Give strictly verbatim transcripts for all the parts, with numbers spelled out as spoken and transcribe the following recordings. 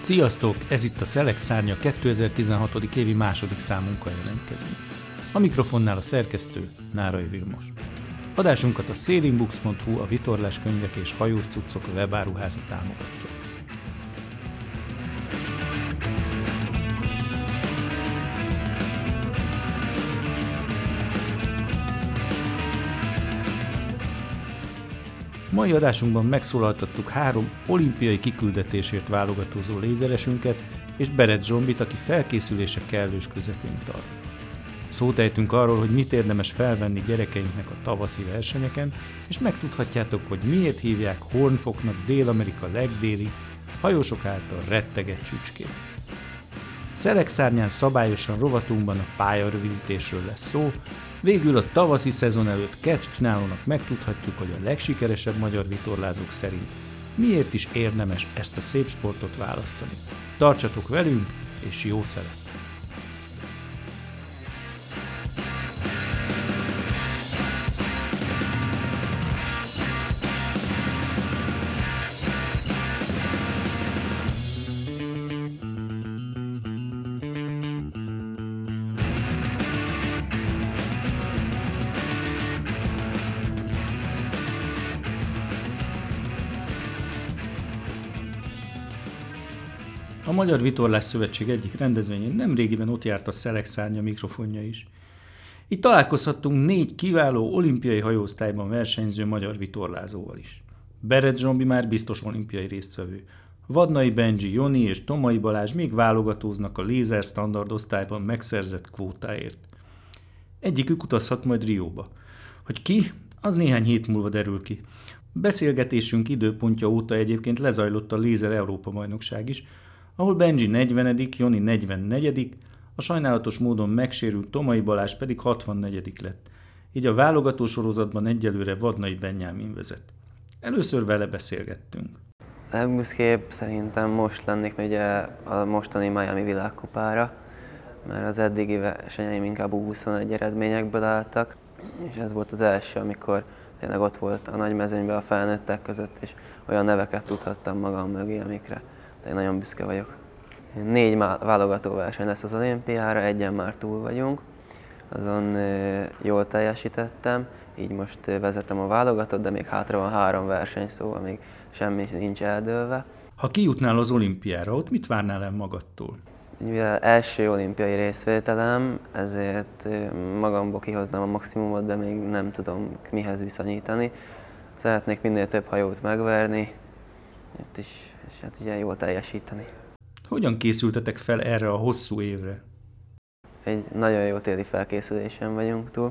Sziasztok! Ez itt a Szelek Szárnya kétezer-tizenhat. évi második számunkkal jelentkezünk. A mikrofonnál a szerkesztő Nárai Vilmos. Adásunkat a sailingbooks pont hu, a vitorlás könyvek és hajós cuccok webáruháza támogatja. Mai adásunkban megszólaltattuk három olimpiai kiküldetésért válogatózó lézeresünket és Berec Zsombit, aki felkészülése kellős közepén tart. Szót ejtünk arról, hogy mit érdemes felvenni gyerekeinknek a tavaszi versenyeken, és megtudhatjátok, hogy miért hívják Hornfoknak Dél-Amerika legdéli, hajósok által retteget csücskét. Szelek Szárnyán szabályosan rovatunkban a pálярövidítésről lesz szó, végül a tavaszi szezon előtt kecsknálónak megtudhatjuk, hogy a legsikeresebb magyar vitorlázók szerint miért is érdemes ezt a szép sportot választani. Tartsatok velünk, és jó szelet! A Magyar Vitorlás Szövetség egyik rendezvényén nemrégiben ott járt a Szelek Szárnya mikrofonja is. Itt találkozhattunk négy kiváló olimpiai hajóosztályban versenyző magyar vitorlázóval is. Berec Zsombi már biztos olimpiai résztvevő. Vadnai Benji, Joni és Tomai Balázs még válogatóznak a lézer standard osztályban megszerzett kvótáért. Egyikük utazhat majd Rióba. Hogy ki, az néhány hét múlva derül ki. Beszélgetésünk időpontja óta egyébként lezajlott a Lézer Európa-bajnokság is, ahol Benji negyvenedik, Joni negyvennegyedik, a sajnálatos módon megsérült Tomai Balázs pedig hatvannegyedik lett. Így a válogató sorozatban egyelőre Vadnai Benyámin vezet. Először vele beszélgettünk. Legbüszkébb szerintem most lennék ugye a mostani Miami világkupára, mert az eddigi versenyeim inkább U huszonegy eredményekből álltak, és ez volt az első, amikor tényleg ott volt a nagymezőnyben a felnőttek között, és olyan neveket tudhattam magam mögé, amikre én nagyon büszke vagyok. Négy válogatóverseny lesz az olimpiára, egyen már túl vagyunk, azon jól teljesítettem, így most vezetem a válogatót, de még hátra van három verseny, szóval még semmi nincs eldőlve. Ha kijutnál az olimpiára, ott mit várnál el magadtól? Mivel első olimpiai részvételem, ezért magamból kihoznám a maximumot, de még nem tudom mihez viszonyítani. Szeretnék minél több hajót megverni, itt is, és hát ugye jól teljesíteni. Hogyan készültetek fel erre a hosszú évre? Egy nagyon jó téli felkészülésen vagyunk túl,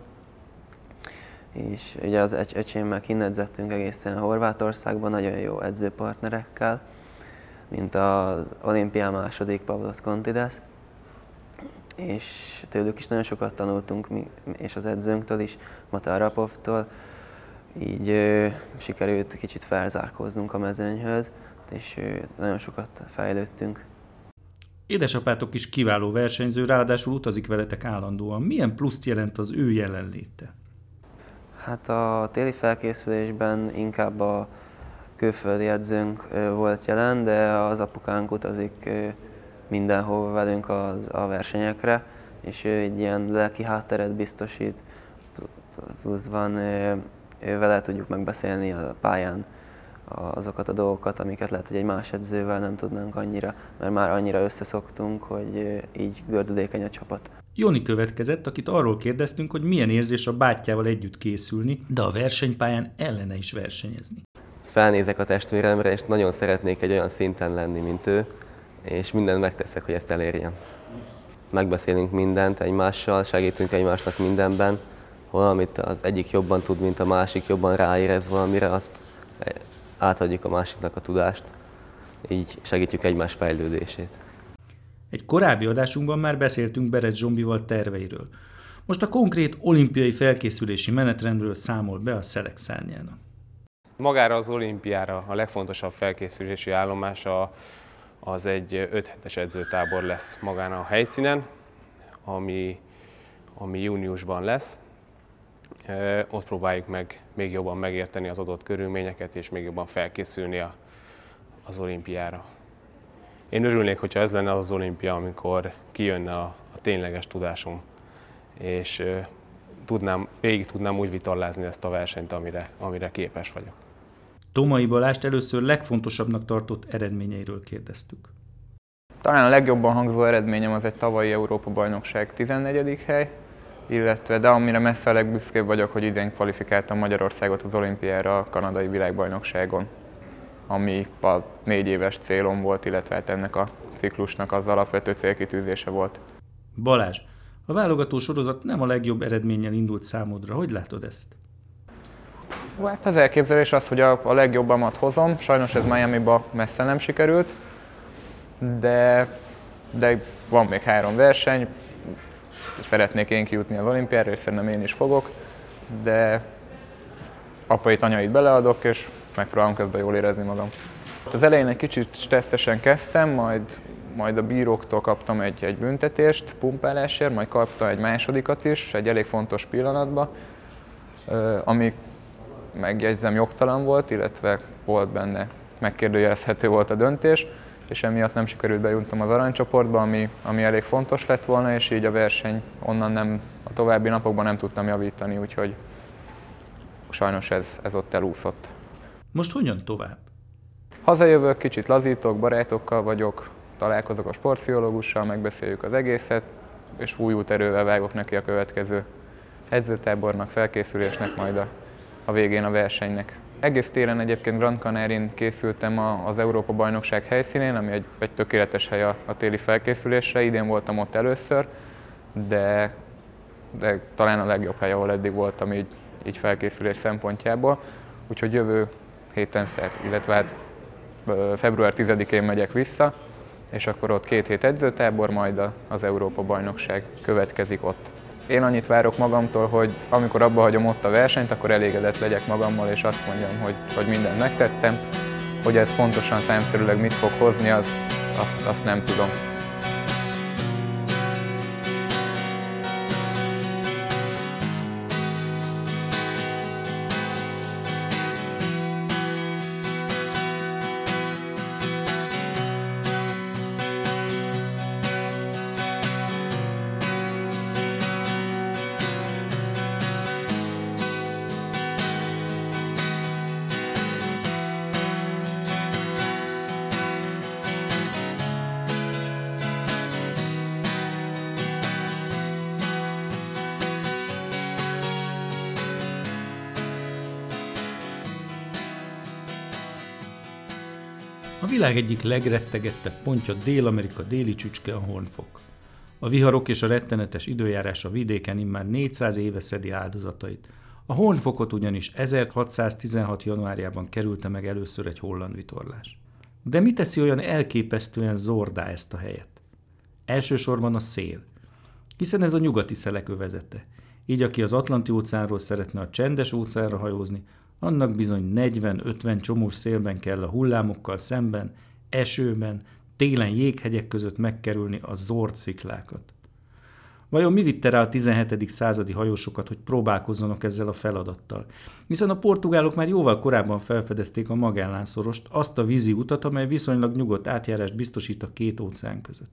és ugye az öcsémmel kinedzettünk egészen Horvátországban, nagyon jó edzőpartnerekkel, mint az olimpián második Pavlos Kontides, és tőlük is nagyon sokat tanultunk, mi, és az edzőnktől is, Mata Rapovtól, így ö, sikerült kicsit felzárkóznunk a mezőnyhöz, és ö, nagyon sokat fejlődtünk. Édesapátok is kiváló versenyző, ráadásul utazik veletek állandóan. Milyen pluszt jelent az ő jelenléte? Hát a téli felkészülésben inkább a külföldi edzőnk volt jelen, de az apukánk utazik mindenhol velünk az, a versenyekre, és ő egy ilyen lelki hátteret biztosít, pluszban vele tudjuk megbeszélni a pályán azokat a dolgokat, amiket lehet, hogy egy más edzővel nem tudnánk annyira, mert már annyira összeszoktunk, hogy így gördülékeny a csapat. Joni következett, akit arról kérdeztünk, hogy milyen érzés a bátyjával együtt készülni, de a versenypályán ellene is versenyezni. Felnézek a testvéremre, és nagyon szeretnék egy olyan szinten lenni, mint ő, és mindent megteszek, hogy ezt elérjem. Megbeszélünk mindent egymással, segítünk egymásnak mindenben, valamit az egyik jobban tud, mint a másik, jobban ráérez valamire, azt átadjuk a másiknak a tudást, így segítjük egymás fejlődését. Egy korábbi adásunkban már beszéltünk Berec Zsombival terveiről. Most a konkrét olimpiai felkészülési menetrendről számol be a Szelek Szárnyának. Magára az olimpiára a legfontosabb felkészülési állomása az egy öt hetes edzőtábor lesz magán a helyszínen, ami, ami júniusban lesz. Ott próbáljuk meg még jobban megérteni az adott körülményeket, és még jobban felkészülni a, az olimpiára. Én örülnék, hogyha ez lenne az olimpia, amikor kijönne a, a tényleges tudásom, és uh, tudnám, végig tudnám úgy vitorlázni ezt a versenyt, amire, amire képes vagyok. Tomai Balást először legfontosabbnak tartott eredményeiről kérdeztük. Talán a legjobban hangzó eredményem az egy tavalyi Európa-bajnokság tizennegyedik hely, illetve, de amire messze a legbüszkébb vagyok, hogy idén kvalifikáltam Magyarországot az olimpiára a kanadai világbajnokságon, ami a négy éves célom volt, illetve hát ennek a ciklusnak az alapvető célkitűzése volt. Balázs, a válogató sorozat nem a legjobb eredménnyel indult számodra. Hogy látod ezt? Hát az elképzelés az, hogy a, a legjobbamat hozom. Sajnos ez Miamiba messze nem sikerült, de, de van még három verseny. Szeretnék én kijutni az olimpiára, és szerintem én is fogok, de apait, anyait beleadok, és megpróbálom közben jól érezni magam. Az elején egy kicsit stresszesen kezdtem, majd, majd a bíróktól kaptam egy, egy büntetést pumpálásért, majd kaptam egy másodikat is, egy elég fontos pillanatban, ami megjegyzem jogtalan volt, illetve volt benne, megkérdőjelezhető volt a döntés, és emiatt nem sikerült bejutnom az aranycsoportba, ami, ami elég fontos lett volna, és így a verseny onnan nem, a további napokban nem tudtam javítani, úgyhogy sajnos ez, ez ott elúszott. Most hogyan tovább? Hazajövök, kicsit lazítok, barátokkal vagyok, találkozok a sportpszichológussal, megbeszéljük az egészet, és újult erővel vágok neki a következő edzőtábornak, felkészülésnek, majd a, a végén a versenynek. Egész télen egyébként Grand Canarin készültem az Európa-bajnokság helyszínén, ami egy, egy tökéletes hely a, a téli felkészülésre. Idén voltam ott először, de, de talán a legjobb hely, ahol eddig voltam így, így felkészülés szempontjából. Úgyhogy jövő héten szer, illetve hát február tizedikén megyek vissza, és akkor ott két hét edzőtábor, majd az Európa-bajnokság következik ott. Én annyit várok magamtól, hogy amikor abba hagyom ott a versenyt, akkor elégedett legyek magammal, és azt mondjam, hogy, hogy mindent megtettem. Hogy ez pontosan számszerűleg mit fog hozni, az, azt, azt nem tudom. A világ egyik legrettegettebb pontja Dél-Amerika déli csücske, a Hornfok. A viharok és a rettenetes időjárás a vidéken immár négyszáz éve szedi áldozatait. A Hornfokot ugyanis ezerhatszáztizenhat. januárjában kerülte meg először egy holland vitorlás. De mi teszi olyan elképesztően zordá ezt a helyet? Elsősorban a szél, hiszen ez a nyugati szelek övezete. Így aki az Atlanti-óceánról szeretne a Csendes óceánra hajózni, annak bizony negyven-ötven csomós szélben kell a hullámokkal szemben, esőben, télen jéghegyek között megkerülni a zord sziklákat. Vajon mi vitte rá a tizenhetedik századi hajósokat, hogy próbálkozzanak ezzel a feladattal? Hiszen a portugálok már jóval korábban felfedezték a Magellán-szorost, azt a vízi utat, amely viszonylag nyugodt átjárást biztosít a két óceán között.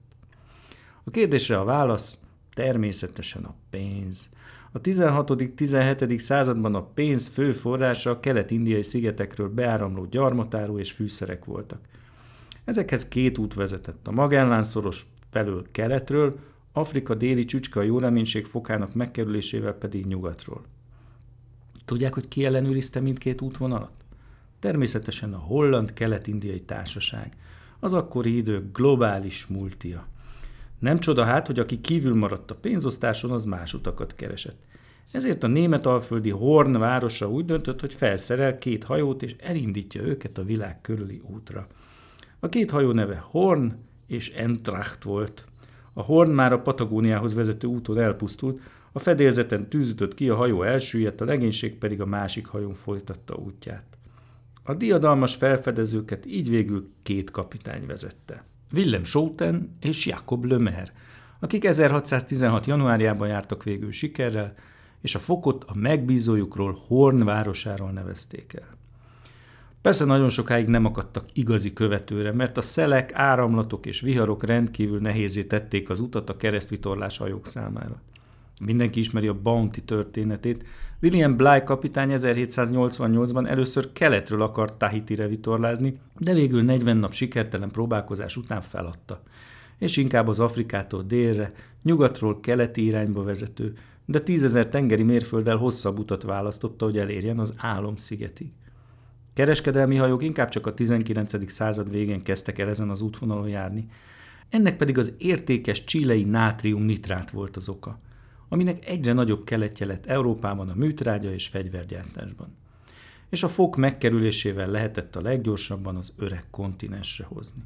A kérdésre a válasz természetesen a pénz. A tizenhatodik-tizenhetedik században a pénz fő forrása a kelet-indiai szigetekről beáramló gyarmatárú és fűszerek voltak. Ezekhez két út vezetett, a Magellán-szoros felől keletről, Afrika déli csücske a jóreménység fokának megkerülésével pedig nyugatról. Tudják, hogy ki ellenőrizte mindkét útvonalat? Természetesen a Holland Kelet-indiai Társaság, az akkori idők globális multia. Nem csoda hát, hogy aki kívül maradt a pénzosztáson, az más utakat keresett. Ezért a németalföldi Horn városa úgy döntött, hogy felszerel két hajót, és elindítja őket a világ körüli útra. A két hajó neve Horn és Entracht volt. A Horn már a Patagóniához vezető úton elpusztult, a fedélzeten tűzütött ki, a hajó elsüllyedt, a legénység pedig a másik hajón folytatta útját. A diadalmas felfedezőket így végül két kapitány vezette. Willem Schouten és Jacob Le Maire, akik ezerhatszáztizenhat. januárjában jártak végül sikerrel, és a fokot a megbízójukról, Horn városáról nevezték el. Persze nagyon sokáig nem akadtak igazi követőre, mert a szelek, áramlatok és viharok rendkívül nehézé tették az utat a keresztvitorlás hajók számára. Mindenki ismeri a Bounty történetét. William Bligh kapitány ezerhétszáznyolcvannyolcban először keletről akart Tahitire vitorlázni, de végül negyven nap sikertelen próbálkozás után feladta, és inkább az Afrikától délre, nyugatról keleti irányba vezető, de tízezer tengeri mérfölddel hosszabb utat választotta, hogy elérjen az Álom-szigetig. Kereskedelmi hajók inkább csak a tizenkilencedik század végén kezdtek el ezen az útvonalon járni, ennek pedig az értékes chilei nátrium-nitrát volt az oka, aminek egyre nagyobb keletje lett Európában a műtrágya és fegyvergyártásban. És a fok megkerülésével lehetett a leggyorsabban az öreg kontinensre hozni.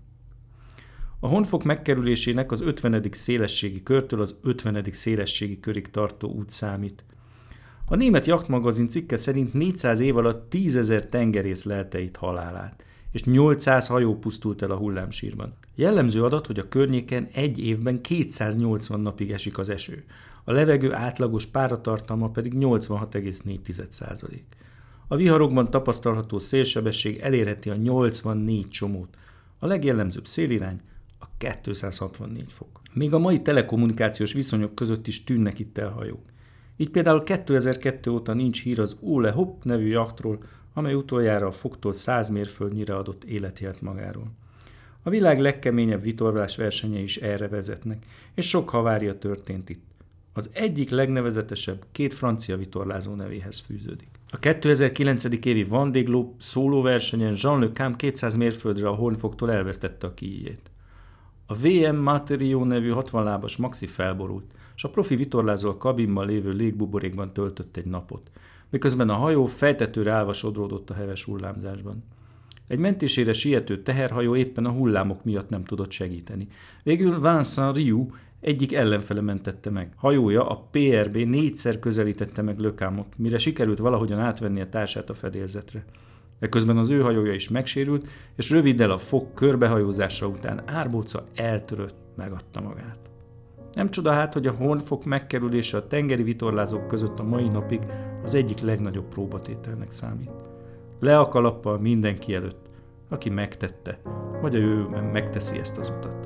A honfok megkerülésének az ötvenedik szélességi körtől az ötvenedik szélességi körig tartó út számít. A német jachtmagazin cikke szerint négyszáz év alatt tízezer tengerész lelte itt halálát, és nyolcszáz hajó pusztult el a hullámsírban. Jellemző adat, hogy a környéken egy évben kétszáznyolcvan napig esik az eső, a levegő átlagos páratartalma pedig nyolcvanhat egész négy százalék. A viharokban tapasztalható szélsebesség elérheti a nyolcvannégy csomót, a legjellemzőbb szélirány a kétszázhatvannégy fok. Még a mai telekommunikációs viszonyok között is tűnnek itt el hajók. Így például kétezer-kettő óta nincs hír az Ole Hopp nevű jachtról, amely utoljára a foktól száz mérföldnyire adott életjelet magáról. A világ legkeményebb vitorlás versenyei is erre vezetnek, és sok havária történt itt. Az egyik legnevezetesebb két francia vitorlázó nevéhez fűződik. A kétezer-kilenc. évi Vendée Globe szólóversenyen Jean Le Cam kétszáz mérföldre a honfoktól elvesztette a kijét. A vé em Materiaux nevű hatvan lábas maxi felborult, és a profi vitorlázó a kabinban lévő légbuborékban töltött egy napot, miközben a hajó fejtetőre állva sodródott a heves hullámzásban. Egy mentésére siető teherhajó éppen a hullámok miatt nem tudott segíteni. Végül Vincent Rioux egyik ellenfele mentette meg. Hajója, a pé er bé négyszer közelítette meg Le Camot, mire sikerült valahogyan átvenni a társát a fedélzetre. Eközben az ő hajója is megsérült, és röviddel a fok körbehajózása után árbóca eltörött, megadta magát. Nem csoda hát, hogy a honfok megkerülése a tengeri vitorlázók között a mai napig az egyik legnagyobb próbatételnek számít. Le a kalappal mindenki előtt, aki megtette, vagy a jövőben megteszi ezt az utat.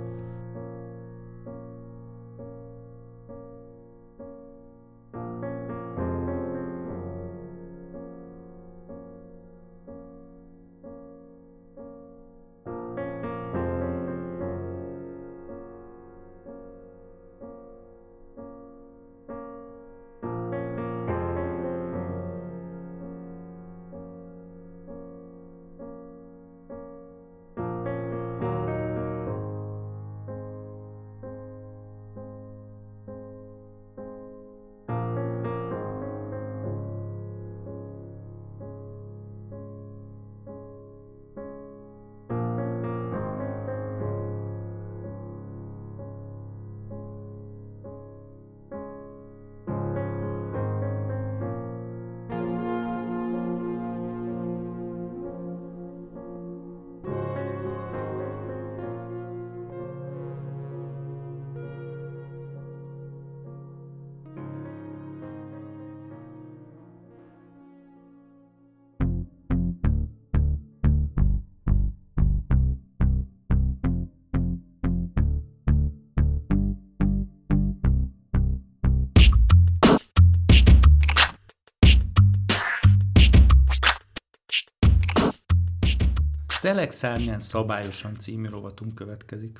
Szelek szárnyán szabályosan című rovatunk következik.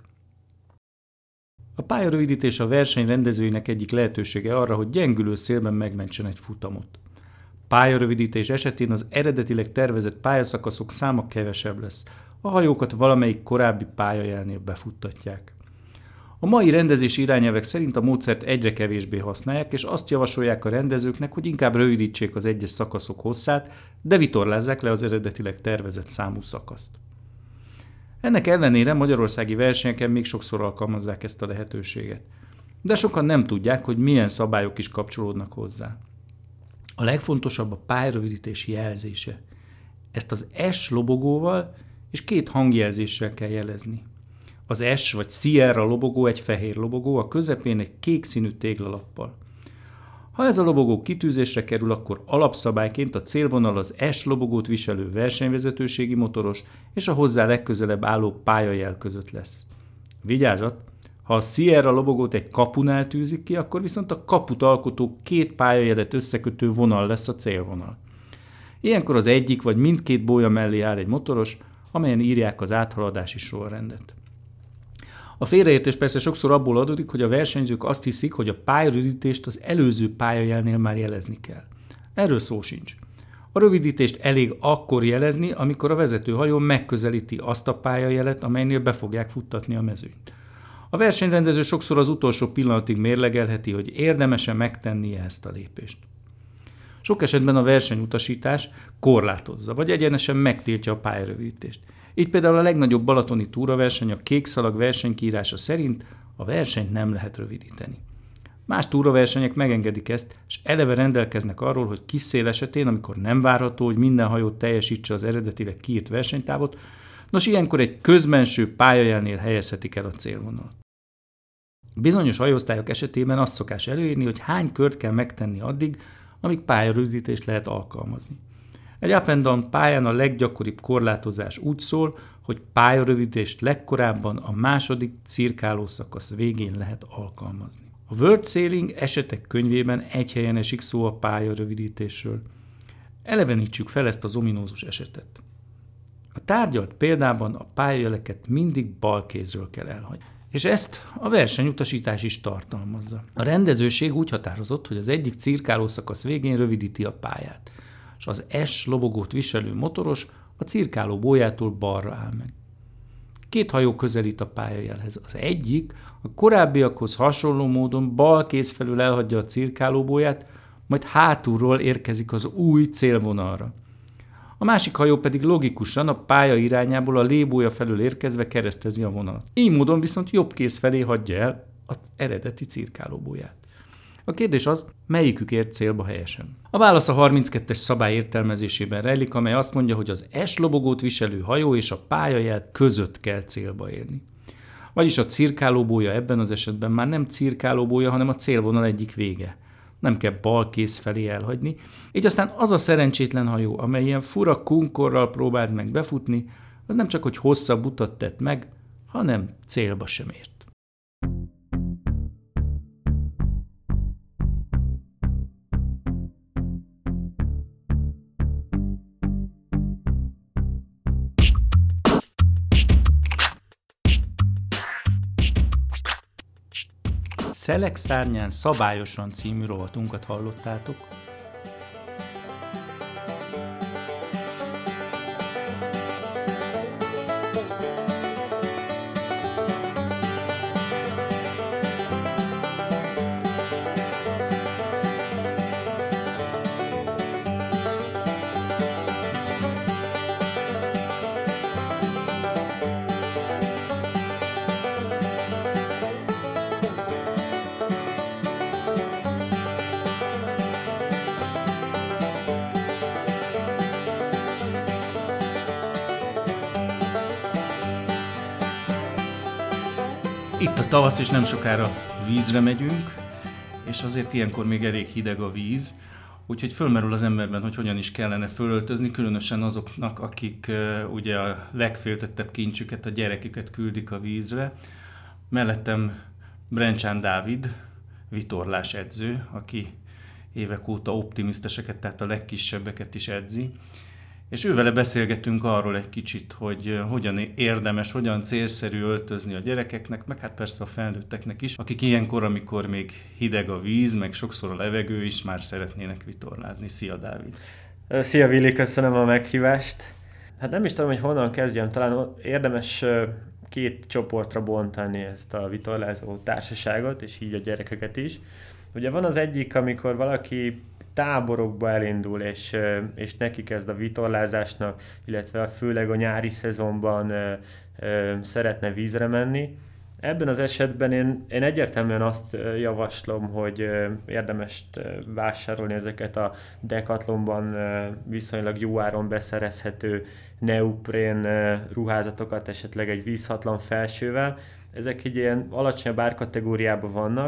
A pályarövidítés a verseny rendezőinek egyik lehetősége arra, hogy gyengülő szélben megmentsen egy futamot. Pályarövidítés esetén az eredetileg tervezett pályaszakaszok száma kevesebb lesz, a hajókat valamelyik korábbi pályajelnél befuttatják. A mai rendezési irányelvek szerint a módszert egyre kevésbé használják, és azt javasolják a rendezőknek, hogy inkább rövidítsék az egyes szakaszok hosszát, de vitorlázzák le az eredetileg tervezett számú szakaszt. Ennek ellenére magyarországi versenyeken még sokszor alkalmazzák ezt a lehetőséget. De sokan nem tudják, hogy milyen szabályok is kapcsolódnak hozzá. A legfontosabb a pályarövidítés jelzése. Ezt az S lobogóval és két hangjelzéssel kell jelezni. Az S vagy Sierra lobogó egy fehér lobogó, a közepén egy kék színű téglalappal. Ha ez a lobogó kitűzésre kerül, akkor alapszabályként a célvonal az S lobogót viselő versenyvezetőségi motoros és a hozzá legközelebb álló pályajel között lesz. Vigyázat! Ha a Sierra lobogót egy kapunál tűzik ki, akkor viszont a kaput alkotó két pályajelet összekötő vonal lesz a célvonal. Ilyenkor az egyik vagy mindkét bólya mellé áll egy motoros, amelyen írják az áthaladási sorrendet. A félreértés persze sokszor abból adódik, hogy a versenyzők azt hiszik, hogy a pályarövidítést az előző pályajelnél már jelezni kell. Erről szó sincs. A rövidítést elég akkor jelezni, amikor a vezetőhajó megközelíti azt a pályajelet, amelynél be fogják futtatni a mezőnyt. A versenyrendező sokszor az utolsó pillanatig mérlegelheti, hogy érdemesen megtennie ezt a lépést. Sok esetben a versenyutasítás korlátozza, vagy egyenesen megtiltja a pályarövidítést. Így például a legnagyobb balatoni túraverseny a kék szalag versenykírása szerint a versenyt nem lehet rövidíteni. Más túraversenyek megengedik ezt, és eleve rendelkeznek arról, hogy kis szél esetén, amikor nem várható, hogy minden hajó teljesítse az eredetileg kiírt versenytávot, nos ilyenkor egy közbenső pályajelnél helyezhetik el a célvonalat. Bizonyos hajóosztályok esetében azt szokás előírni, hogy hány kört kell megtenni addig, amíg pályarövidítést lehet alkalmazni. Egy up and down pályán a leggyakoribb korlátozás úgy szól, hogy pályarövidítést legkorábban a második cirkáló szakasz végén lehet alkalmazni. A World Sailing esetek könyvében egy helyen esik szó a pályarövidítésről. Elevenítsük fel ezt az ominózus esetet. A tárgyalt példában a pályajeleket mindig bal kézről kell elhagyni. És ezt a versenyutasítás is tartalmazza. A rendezőség úgy határozott, hogy az egyik cirkáló szakasz végén rövidíti a pályát, és az S lobogót viselő motoros a cirkáló bójától balra áll meg. Két hajó közelít a pályajelhez. Az egyik a korábbiakhoz hasonló módon bal kéz felől elhagyja a cirkáló bóját, majd hátulról érkezik az új célvonalra. A másik hajó pedig logikusan a pálya irányából a lébója felől érkezve keresztezi a vonalat. Így módon viszont jobb kéz felé hagyja el az eredeti cirkálóbóját. A kérdés az, melyikük ért célba helyesen. A válasz a harminckettes szabály értelmezésében rejlik, amely azt mondja, hogy az S lobogót viselő hajó és a pályajel között kell célba érni. Vagyis a cirkálóbója ebben az esetben már nem cirkálóbója, hanem a célvonal egyik vége. Nem kell bal kéz felé elhagyni, így aztán az a szerencsétlen hajó, amely ilyen fura kunkorral próbált meg befutni, az nem csak hogy hosszabb utat tett meg, hanem célba sem ért. Szelek szárnyán szabályosan című rovatunkat hallottátok. Itt a tavasz, és nem sokára vízre megyünk, és azért ilyenkor még elég hideg a víz, úgyhogy fölmerül az emberben, hogy hogyan is kellene fölöltözni, különösen azoknak, akik uh, ugye a legféltettebb kincsüket, a gyereküket küldik a vízre. Mellettem Brencsán Dávid, vitorlás edző, aki évek óta optimiszteseket, tehát a legkisebbeket is edzi. És ővele beszélgetünk arról egy kicsit, hogy hogyan érdemes, hogyan célszerű öltözni a gyerekeknek, meg hát persze a felnőtteknek is, akik ilyenkor, amikor még hideg a víz, meg sokszor a levegő is, már szeretnének vitorlázni. Szia, Dávid! Szia, Vili, köszönöm a meghívást. Hát nem is tudom, hogy honnan kezdjem, talán érdemes két csoportra bontani ezt a vitorlázó társaságot, és így a gyerekeket is. Ugye van az egyik, amikor valaki táborokba elindul, és, és neki kezd a vitorlázásnak, illetve főleg a nyári szezonban ö, ö, szeretne vízre menni. Ebben az esetben én, én egyértelműen azt javaslom, hogy érdemes vásárolni ezeket a Decathlonban viszonylag jó áron beszerezhető neoprén ruházatokat, esetleg egy vízhatlan felsővel. Ezek így ilyen alacsonyabb árkategóriában vannak,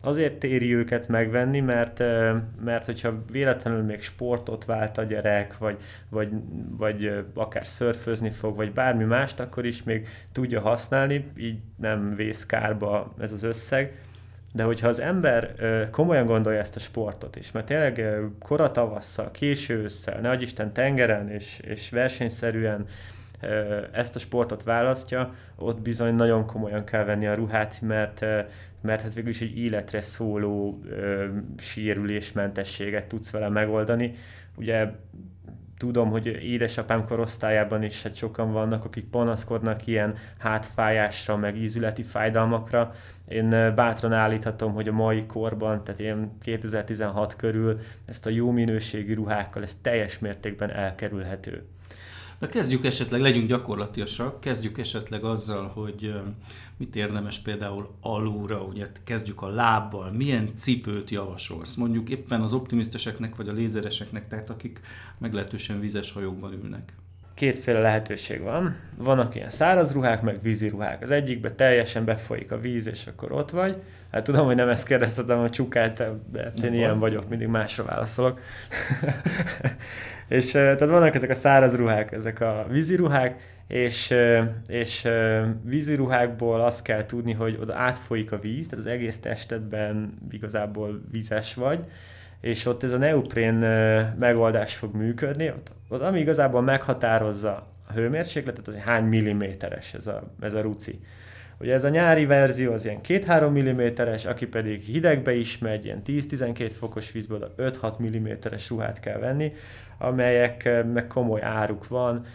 azért éri őket megvenni, mert, mert hogyha véletlenül még sportot vált a gyerek, vagy, vagy, vagy akár szörfözni fog, vagy bármi mást, akkor is még tudja használni, így nem vész kárba ez az összeg. De hogyha az ember komolyan gondolja ezt a sportot is, mert tényleg kora tavasszal, késő ősszel, ne adj Isten tengeren és, és versenyszerűen ezt a sportot választja, ott bizony nagyon komolyan kell venni a ruhát, mert, mert hát végül is egy életre szóló sérülésmentességet tudsz vele megoldani. Ugye tudom, hogy édesapám korosztályában is hát sokan vannak, akik panaszkodnak ilyen hátfájásra, meg ízületi fájdalmakra. Én bátran állíthatom, hogy a mai korban, tehát ilyen kétezer-tizenhat körül ezt a jó minőségű ruhákkal ez teljes mértékben elkerülhető. De kezdjük esetleg, legyünk gyakorlatiasak, kezdjük esetleg azzal, hogy mit érdemes például alulra, ugye kezdjük a lábbal, milyen cipőt javasolsz, mondjuk éppen az optimisteseknek vagy a lézereseknek, tehát akik meglehetősen vizes hajókban ülnek. Kétféle lehetőség van. Vannak ilyen száraz ruhák, meg vízi ruhák. Az egyikbe teljesen befolyik a víz, és akkor ott vagy. Hát tudom, hogy nem ezt kérdeztetem a Csukát, de én ilyen vagyok, mindig másra válaszolok. És tehát vannak ezek a száraz ruhák, ezek a vízi ruhák, és, és vízi ruhákból azt kell tudni, hogy oda átfolyik a víz, tehát az egész testedben igazából vízes vagy, és ott ez a neoprén megoldás fog működni, ott, ott ami igazából meghatározza a hőmérsékletet, az hány milliméteres ez a, ez a ruci. Ugye ez a nyári verzió az ilyen két-három milliméteres, aki pedig hidegbe is megy, ilyen tíz-tizenkét fokos vízből öt-hat milliméteres ruhát kell venni, amelyek meg komoly áruk van,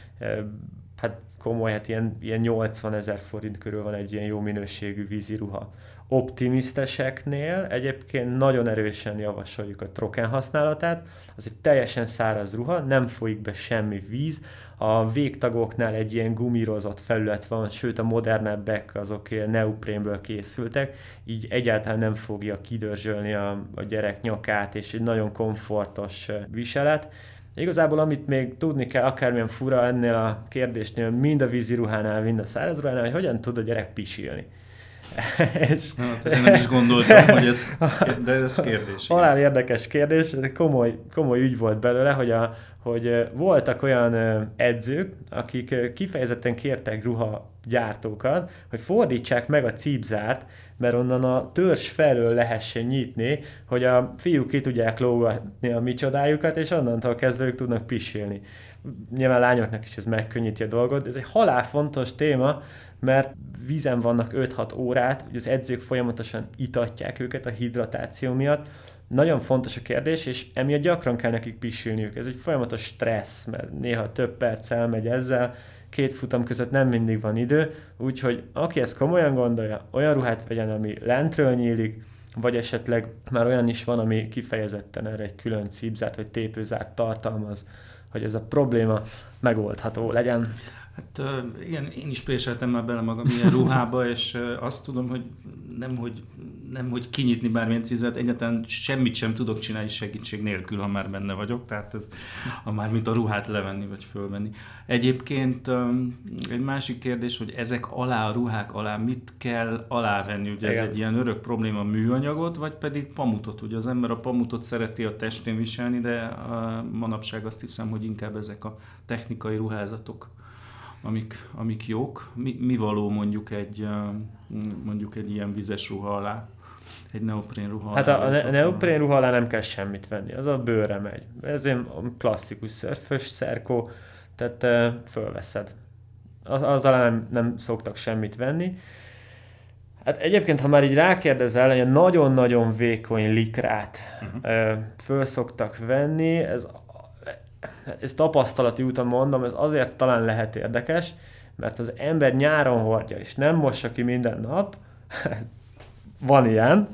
hát komoly, hát ilyen, ilyen nyolcvanezer forint körül van egy ilyen jó minőségű vízi ruha. Optimisteseknél egyébként nagyon erősen javasoljuk a troken használatát, az egy teljesen száraz ruha, nem folyik be semmi víz, a végtagoknál egy ilyen gumírozott felület van, sőt a modernebbek azok ilyen neoprénből készültek, így egyáltalán nem fogja kidörzsölni a, a gyerek nyakát, és egy nagyon komfortos viselet. Igazából amit még tudni kell, akármilyen fura ennél a kérdésnél, mind a vízi ruhánál, mind a száraz ruhánál, hogy hogyan tud a gyerek pisilni. És... Na, én nem is gondoltam, hogy ez, de ez kérdés. Halál érdekes kérdés, komoly, komoly ügy volt belőle, hogy, a, hogy voltak olyan edzők, akik kifejezetten kértek ruhagyártókat, hogy fordítsák meg a cipzárt, mert onnan a törzs felől lehessen nyitni, hogy a fiúk ki tudják lógatni a micsodájukat, és onnantól kezdve ők tudnak pisilni. Nyilván lányoknak is ez megkönnyíti a dolgot, de ez egy halál fontos téma, mert vízen vannak öt-hat órát, hogy az edzők folyamatosan itatják őket a hidratáció miatt. Nagyon fontos a kérdés, és emiatt gyakran kell nekik pisilniük. Ez egy folyamatos stressz, mert néha több perc elmegy ezzel, két futam között nem mindig van idő, úgyhogy aki ezt komolyan gondolja, olyan ruhát vegyen, ami lentről nyílik, vagy esetleg már olyan is van, ami kifejezetten erre egy külön cipzárt vagy tépőzárt tartalmaz, hogy ez a probléma megoldható legyen. Hát igen, én is préseltem már bele magam ilyen ruhába, és azt tudom, hogy nem, hogy, nem, hogy kinyitni bármilyen cipzát, egyáltalán semmit sem tudok csinálni segítség nélkül, ha már benne vagyok, tehát ez, ha már mint a ruhát levenni vagy fölvenni. Egyébként egy másik kérdés, hogy ezek alá, a ruhák alá mit kell alávenni, ugye igen. Ez egy ilyen örök probléma, műanyagot, vagy pedig pamutot, ugye az ember a pamutot szereti a testén viselni, de a manapság azt hiszem, hogy inkább ezek a technikai ruházatok, Amik, amik jók. Mi, mi való mondjuk egy, mondjuk egy ilyen vizes ruha alá? Egy neoprén ruha hát alá? Hát a, a neoprén ruha alá nem kell semmit venni, az a bőrre megy. Ez egy klasszikus szörfös szerkó, tehát uh, fölveszed. Az, az alá nem, nem szoktak semmit venni. Hát egyébként, ha már így rákérdezel, egy nagyon-nagyon vékony likrát uh-huh. uh, föl szoktak venni, ez ezt tapasztalati úton mondom, ez azért talán lehet érdekes, mert az ember nyáron hordja, és nem mossa ki minden nap, van ilyen,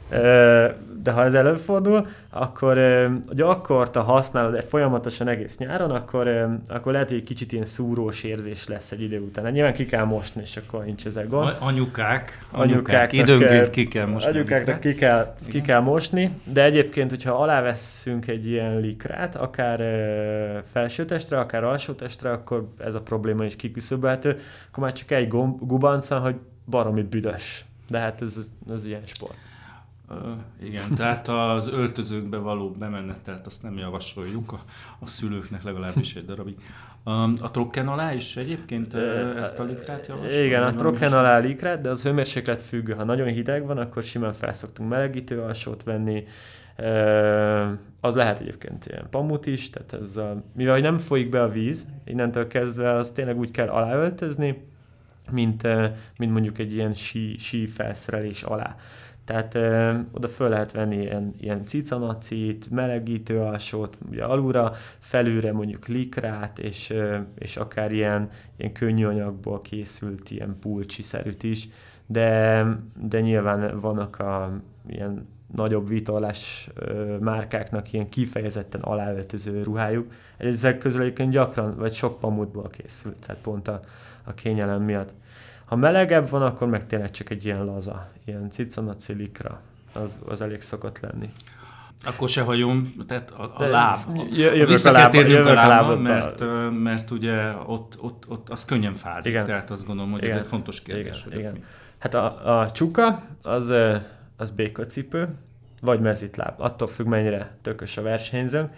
de ha ez előfordul, akkor gyakorta használod egy folyamatosan egész nyáron, akkor, akkor lehet, hogy egy kicsit ilyen szúrós érzés lesz egy idő után. Nyilván ki kell mosni, és akkor nincs ezzel gond. Anyukák, anyukák, időnként ki kell mosni. Anyukáknak ki kell, ki kell mosni, de egyébként, hogyha alávesszünk egy ilyen likrát, akár felsőtestre, akár alsótestre, akkor ez a probléma is kiküszöbölhető. Akkor már csak egy gubanca, hogy baromi büdös. De hát ez, ez ilyen sport. Uh, igen, tehát az öltözőkbe való bemenetelt azt nem javasoljuk a, a szülőknek legalábbis egy darabig. Um, a trokken alá is egyébként uh, ezt a likrát javasoljuk? Igen, a trokken alá likrát, de az hőmérséklet függő. Ha nagyon hideg van, akkor simán felszoktunk melegítő alsót venni. Uh, az lehet egyébként ilyen pamut is, tehát ez a, mivel nem folyik be a víz, innentől kezdve az tényleg úgy kell aláöltözni, mint, mint mondjuk egy ilyen sí, sí felszerelés alá. Tehát ö, oda föl lehet venni ilyen, ilyen cicanacit, melegítő alsót, ugye alulra, felülre mondjuk likrát, és, ö, és akár ilyen, ilyen könnyű anyagból készült ilyen pulcsiszerűt is, de, de nyilván vannak a ilyen nagyobb vitorlás ö, márkáknak ilyen kifejezetten aláöltöző ruhájuk. Ezek közül egyébként gyakran, vagy sok pamutból készült, tehát pont a, a kényelem miatt. Ha melegebb van, akkor meg tényleg csak egy ilyen laza, ilyen cicanaci likra, az, az elég szokott lenni. Akkor se hajom, tehát a, a láb. Jövök Vissza a kell lába, térnünk a lábba, lábba, mert, mert ugye ott, ott, ott az könnyen fázik, igen. Tehát azt gondolom, hogy igen. ez egy fontos kérdés. Igen, igen. Hát a, a csuka, az, az békacipő, vagy mezitláb, attól függ, mennyire tökös a versenyzőnk.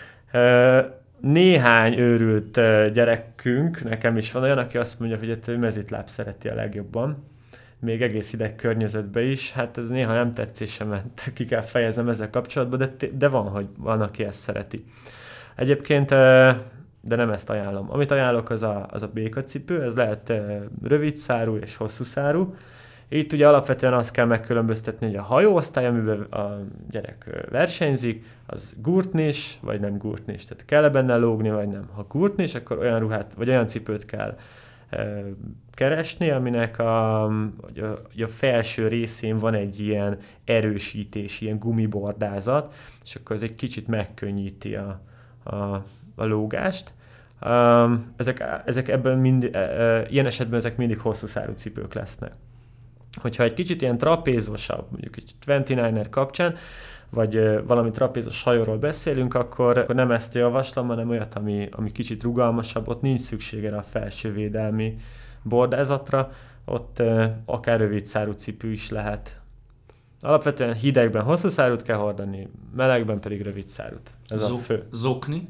Néhány őrült gyerekünk, nekem is van olyan, aki azt mondja, hogy a mezitláb szereti a legjobban, még egész hideg környezetben is, hát ez néha nem tetszésemet ki kell fejeznem ezzel kapcsolatban, de, de van, hogy van, aki ezt szereti. Egyébként, de nem ezt ajánlom. Amit ajánlok, az a, az a békacipő, ez lehet rövid szárú és hosszú szárú. Itt ugye alapvetően azt kell megkülönböztetni, hogy a hajóosztály, amiben a gyerek versenyzik, az gurtnis, vagy nem gurtnis. Tehát kell-e benne lógni, vagy nem. Ha gurtnis, akkor olyan ruhát, vagy olyan cipőt kell e, keresni, aminek a, a, a felső részén van egy ilyen erősítés, ilyen gumibordázat, és akkor ez egy kicsit megkönnyíti a, a, a lógást. Um, ezek, ezek ebben mind, e, e, ilyen esetben ezek mindig hosszú szárú cipők lesznek. Hogyha egy kicsit ilyen trapézosabb, mondjuk egy huszonkilencer kapcsán, vagy valami trapézos hajóról beszélünk, akkor, akkor nem ezt javaslom, hanem olyat, ami, ami kicsit rugalmasabb, ott nincs szüksége a felsővédelmi bordázatra, ott uh, akár rövid szárú cipő is lehet. Alapvetően hidegben hosszú szárút kell hordani, melegben pedig rövid szárút. Ez Zo- a fő. Zokni?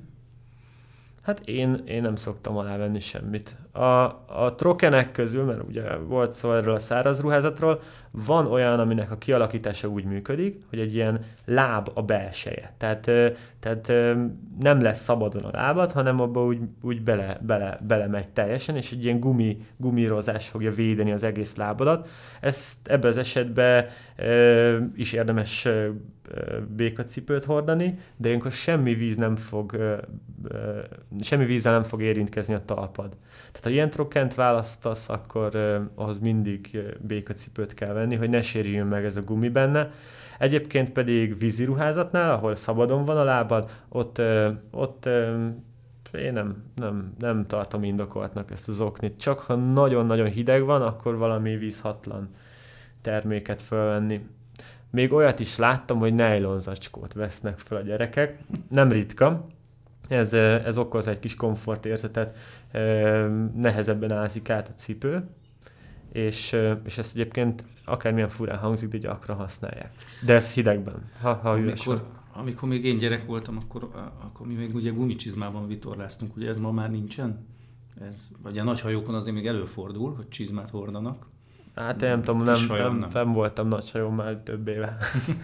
Hát én, én nem szoktam alávenni semmit. A, a trokenek közül, mert ugye volt szó erről a száraz ruházatról, van olyan, aminek a kialakítása úgy működik, hogy egy ilyen láb a belseje. Tehát, tehát nem lesz szabadon a lábad, hanem abba úgy, úgy bele, bele, bele megy teljesen, és egy ilyen gumi, gumírozás fogja védeni az egész lábadat. Ezt ebben az esetben e, is érdemes e, békacipőt hordani, de ilyenkor semmi víz nem fog, e, e, semmi vízzel nem fog érintkezni a talpad. Tehát ha ilyen trokkent választasz, akkor eh, ahhoz mindig békacipőt kell venni, hogy ne sérüljön meg ez a gumi benne. Egyébként pedig víziruházatnál, ahol szabadon van a lábad, ott, eh, ott eh, én nem, nem, nem tartom indokoltnak ezt az oknit. Csak ha nagyon-nagyon hideg van, akkor valami vízhatlan terméket fölvenni. Még olyat is láttam, hogy nejlon zacskót vesznek fel a gyerekek. Nem ritka. Ez, ez okoz egy kis komfortérzetet, nehezebben ázik át a cipő, és, és ezt egyébként akármilyen furán hangzik, de gyakran használják. De ez hidegben, ha, ha amikor, amikor még én gyerek voltam, akkor, akkor mi még ugye gumicsizmában vitorláztunk, ugye ez ma már nincsen? Ez, vagy a nagy hajókon azért még előfordul, hogy csizmát hordanak. Hát én nem tudom, nem, nem, nem. nem voltam nagy hajón már több éve.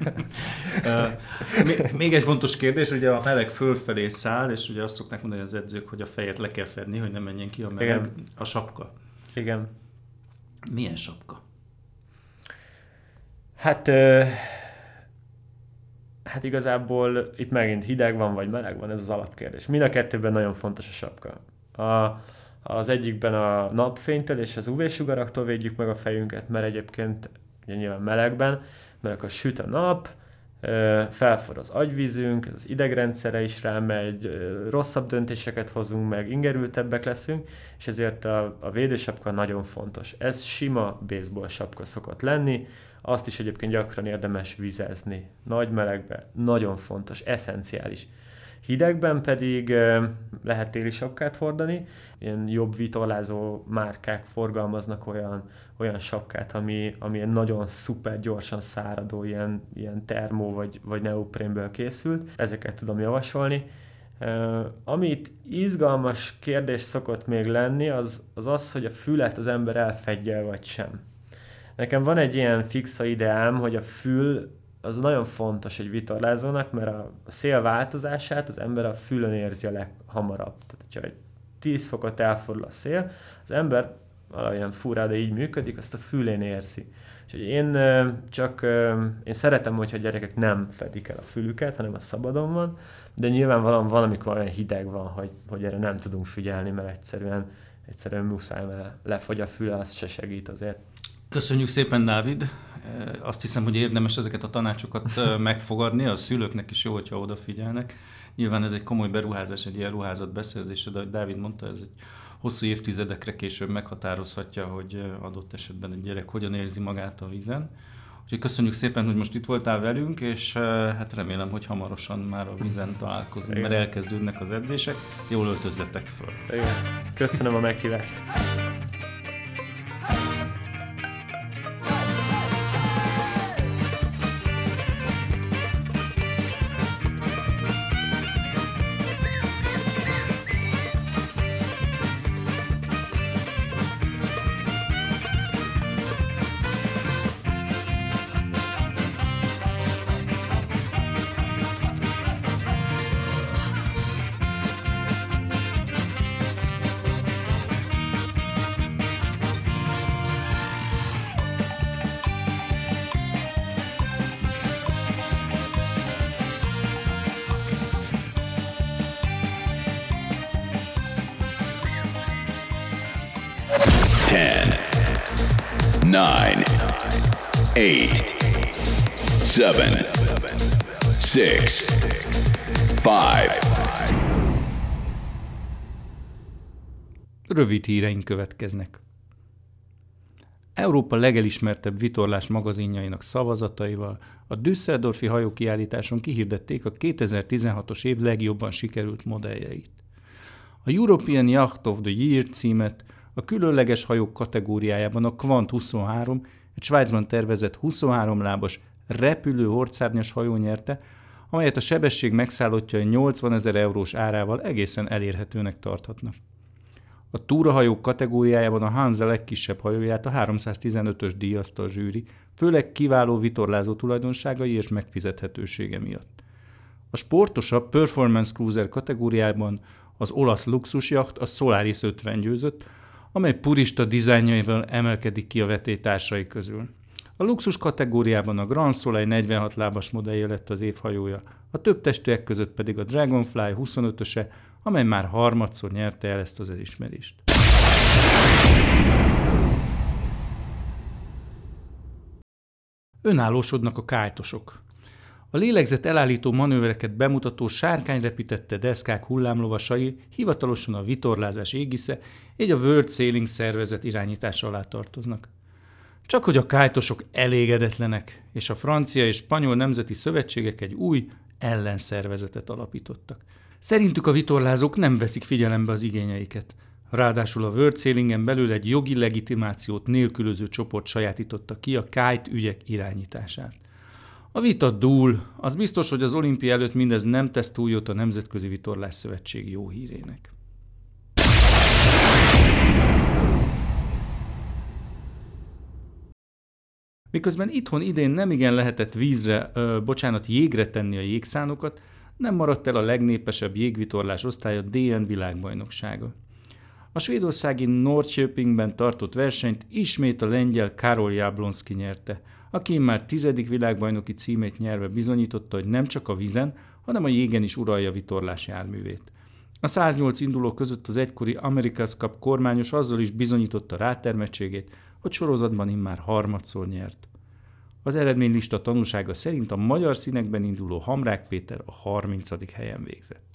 Még egy fontos kérdés, ugye a meleg fölfelé száll, és ugye azt szokták mondani az edzők, hogy a fejet le kell fedni, hogy ne menjen ki a meleg. Igen. A sapka. Igen. Milyen sapka? Hát, hát igazából itt megint hideg van, vagy meleg van, ez az alapkérdés. Mind a kettőben nagyon fontos a sapka. A, Az egyikben a napfénytől és az ú vé-sugaraktól védjük meg a fejünket, mert egyébként ugye nyilván melegben, mert akkor süt a nap, felforr az agyvízünk, az idegrendszere is rámegy, rosszabb döntéseket hozunk meg, ingerültebbek leszünk, és ezért a, a védősapka nagyon fontos. Ez sima baseball sapka szokott lenni, azt is egyébként gyakran érdemes vizezni. Nagy melegben, nagyon fontos, eszenciális. Hidegben pedig lehet téli sapkát hordani, ilyen jobb vitorlázó márkák forgalmaznak olyan, olyan sapkát, ami, ami nagyon szuper gyorsan száradó, ilyen, ilyen termó vagy, vagy neoprénből készült. Ezeket tudom javasolni. Uh, amit izgalmas kérdés szokott még lenni, az, az az, hogy a fület az ember elfedje vagy sem. Nekem van egy ilyen fixa ideám, hogy a fül az nagyon fontos egy vitorlázónak, mert a szél változását az ember a fülön érzi a leghamarabb. Tehát, hogyha egy tíz fokot elfordul a szél, az ember valahogyan furá, de így működik, azt a fülén érzi. Úgyhogy én csak én szeretem, hogyha a gyerekek nem fedik el a fülüket, hanem a szabadon van, de nyilvánvalóan valamikor olyan hideg van, hogy, hogy erre nem tudunk figyelni, mert egyszerűen, egyszerűen muszáj, mert lefogy a füle, az se segít azért. Köszönjük szépen, Dávid! Azt hiszem, hogy érdemes ezeket a tanácsokat megfogadni, a szülőknek is jó, hogyha odafigyelnek. Nyilván ez egy komoly beruházás, egy ilyen ruházat beszerzése, de ahogy Dávid mondta, ez egy hosszú évtizedekre később meghatározhatja, hogy adott esetben egy gyerek hogyan érzi magát a vízen. Úgyhogy köszönjük szépen, hogy most itt voltál velünk, és hát remélem, hogy hamarosan már a vízen találkozunk, igen, mert elkezdődnek az edzések. Jól öltözzetek föl! Igen. Köszönöm a meghívást! ten, nine, eight, seven, six, five. Rövid híreink következnek. Európa legelismertebb vitorlás magazinjainak szavazataival a Düsseldorfi hajókiállításon kihirdették a kétezer-tizenhatos év legjobban sikerült modelljeit. A European Yacht of the Year címet a különleges hajók kategóriájában a Quant huszonhárom, egy Svájcban tervezett huszonhárom lábas repülő hordszárnyas hajó nyerte, amelyet a sebesség megszállottjai nyolcvanezer eurós árával egészen elérhetőnek tarthatnak. A túrahajók kategóriájában a Hansa legkisebb hajóját, a háromszáztizenötös díjazta a zsűri, főleg kiváló vitorlázó tulajdonságai és megfizethetősége miatt. A sportosabb Performance Cruiser kategóriában az olasz luxusjacht, a Solaris ötven győzött, amely purista dizájnjaival emelkedik ki a vetélytársai közül. A luxus kategóriában a Grand Soleil negyvenhat lábas modellje lett az évhajója, a több testűek között pedig a Dragonfly huszonötöse, amely már harmadszor nyerte el ezt az elismerést. Önállósodnak a kite-osok. A lélegzet elállító manővereket bemutató sárkányrepítette deszkák hullámlovasai hivatalosan a vitorlázás égisze, így a World Sailing szervezet irányítása alá tartoznak. Csak hogy a kite-osok elégedetlenek, és a francia és spanyol nemzeti szövetségek egy új ellenszervezetet alapítottak. Szerintük a vitorlázók nem veszik figyelembe az igényeiket. Ráadásul a World Sailingen belül egy jogi legitimációt nélkülöző csoport sajátította ki a kite ügyek irányítását. A vita dúl, az biztos, hogy az olimpia előtt mindez nem tesz túl jót a Nemzetközi Vitorlás Szövetség jó hírének. Miközben itthon idén nemigen lehetett vízre, ö, bocsánat, jégre tenni a jégszánokat, nem maradt el a legnépesebb jégvitorlás osztály, a dé en világbajnoksága. A svédországi Norrköpingben tartott versenyt ismét a lengyel Karol Jablonski nyerte, aki már tizedik világbajnoki címét nyerve bizonyította, hogy nem csak a vízen, hanem a jégen is uralja vitorlás járművét. A száznyolc induló között az egykori America's Cup kormányos azzal is bizonyította rátermettségét, hogy sorozatban immár harmadszor nyert. Az eredménylista tanúsága szerint a magyar színekben induló Hamrák Péter a harmincadik helyen végzett.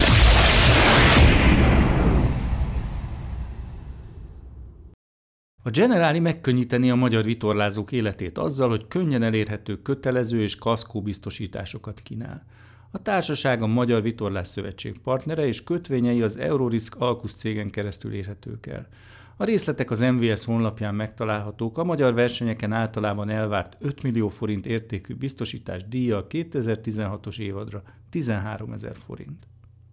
A Generali megkönnyíteni a magyar vitorlázók életét azzal, hogy könnyen elérhető kötelező és kaszkó biztosításokat kínál. A társaság a Magyar Vitorlás Szövetség partnere, és kötvényei az Eurorisk Alkus cégen keresztül érhetők el. A részletek az em vé es honlapján megtalálhatók, a magyar versenyeken általában elvárt öt millió forint értékű biztosítás díja a kétezer-tizenhatos évadra tizenháromezer forint.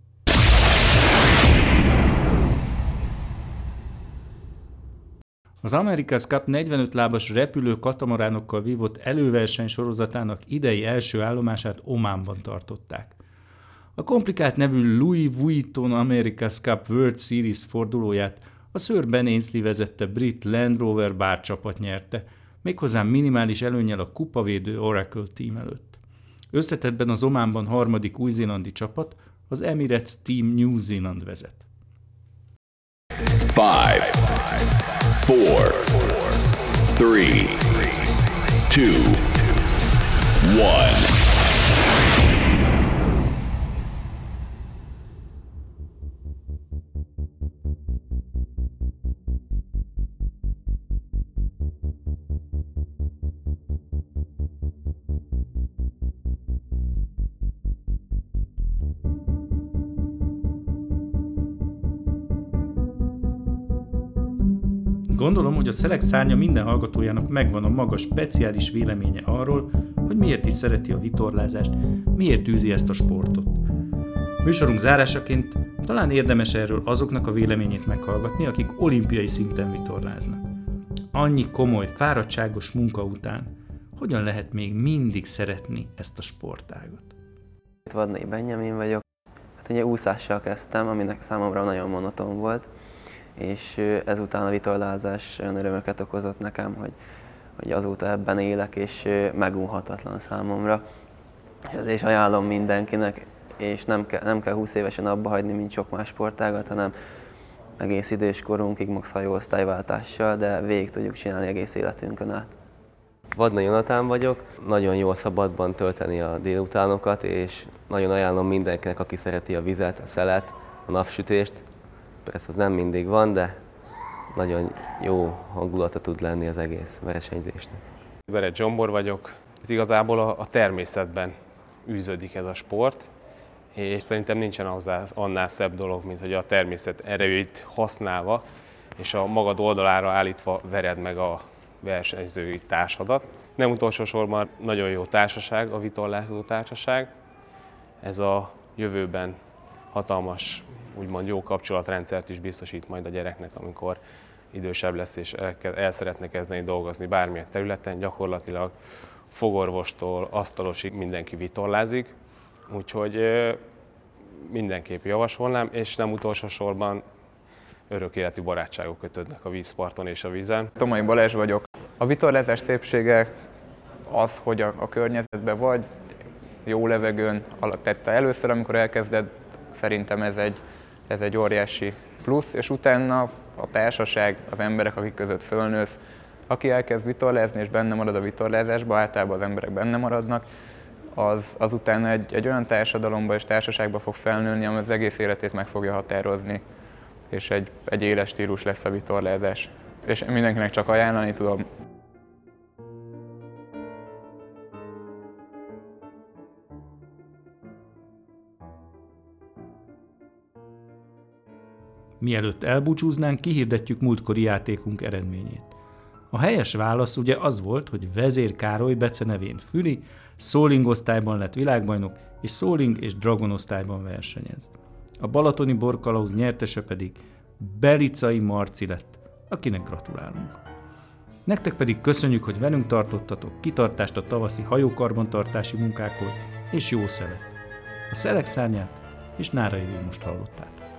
Az America's Cup negyvenöt lábas repülő katamaránokkal vívott előverseny sorozatának idei első állomását Ománban tartották. A komplikált nevű Louis Vuitton America's Cup World Series fordulóját a Sir Ben Ainslie vezette brit Land Rover bárcsapat nyerte, méghozzá minimális előnnyel a kupavédő Oracle Team előtt. Összetettben az Ománban harmadik új-zélandi csapat, az Emirates Team New Zealand vezet. Five, four, three, two, one. Gondolom, hogy a Szelek szárnya minden hallgatójának megvan a maga speciális véleménye arról, hogy miért is szereti a vitorlázást, miért űzi ezt a sportot. Műsorunk zárásaként talán érdemes erről azoknak a véleményét meghallgatni, akik olimpiai szinten vitorláznak. Annyi komoly, fáradtságos munka után hogyan lehet még mindig szeretni ezt a sportágat? Vadnai Benjamin vagyok. Hát ugye úszással kezdtem, aminek számomra nagyon monoton volt, és ezután a vitorlázás olyan örömöket okozott nekem, hogy, hogy azóta ebben élek, és megunhatatlan számomra. És ezért is ajánlom mindenkinek, és nem kell, nem kell húsz évesen abba hagyni, mint sok más sportágat, hanem egész idős korunkig, max hajóosztályváltással, de végig tudjuk csinálni egész életünkön át. Vadnai Jonatán vagyok, nagyon jó szabadban tölteni a délutánokat, és nagyon ajánlom mindenkinek, aki szereti a vizet, a szelet, a napsütést. Persze az nem mindig van, de nagyon jó hangulata tud lenni az egész versenyzésnek. Berett Zsombor vagyok. Itt igazából a, a természetben űződik ez a sport, és szerintem nincsen annál, annál szebb dolog, mint hogy a természet erejét használva, és a magad oldalára állítva vered meg a versenyzői társadat. Nem utolsó sorban nagyon jó társaság, a vitorlázó társaság. Ez a jövőben hatalmas, úgymond jó kapcsolatrendszert is biztosít majd a gyereknek, amikor idősebb lesz és el, el szeretne kezdeni dolgozni bármilyen területen, gyakorlatilag fogorvostól asztalosig mindenki vitorlázik, úgyhogy mindenképp javasolnám, és nem utolsó sorban örök életű barátságok kötődnek a vízparton és a vízen. Tomai Balázs vagyok. A vitorlázás szépsége az, hogy a, a környezetben vagy, jó levegőn alatt tette először, amikor elkezded, szerintem ez egy, ez egy óriási plusz, és utána a társaság, az emberek, akik között fölnősz, aki elkezd vitorlázni és benne marad a vitorlázásba, általában az emberek benne maradnak, az, az utána egy, egy olyan társadalomba és társaságba fog felnőni, ami az egész életét meg fogja határozni, és egy, egy éles stílus lesz a vitorlázás. És mindenkinek csak ajánlani tudom. Mielőtt elbúcsúznánk, kihirdetjük múltkori játékunk eredményét. A helyes válasz ugye az volt, hogy Vezér Károly becenevén Füli szóling osztályban lett világbajnok, és szóling és dragon osztályban versenyez. A balatoni borkalauz nyertese pedig Belicai Marci lett, akinek gratulálunk. Nektek pedig köszönjük, hogy velünk tartottatok, kitartást a tavaszi hajókarbantartási munkákhoz, és jó szelet. A Szelek szárnyát és Nárai most hallottátok.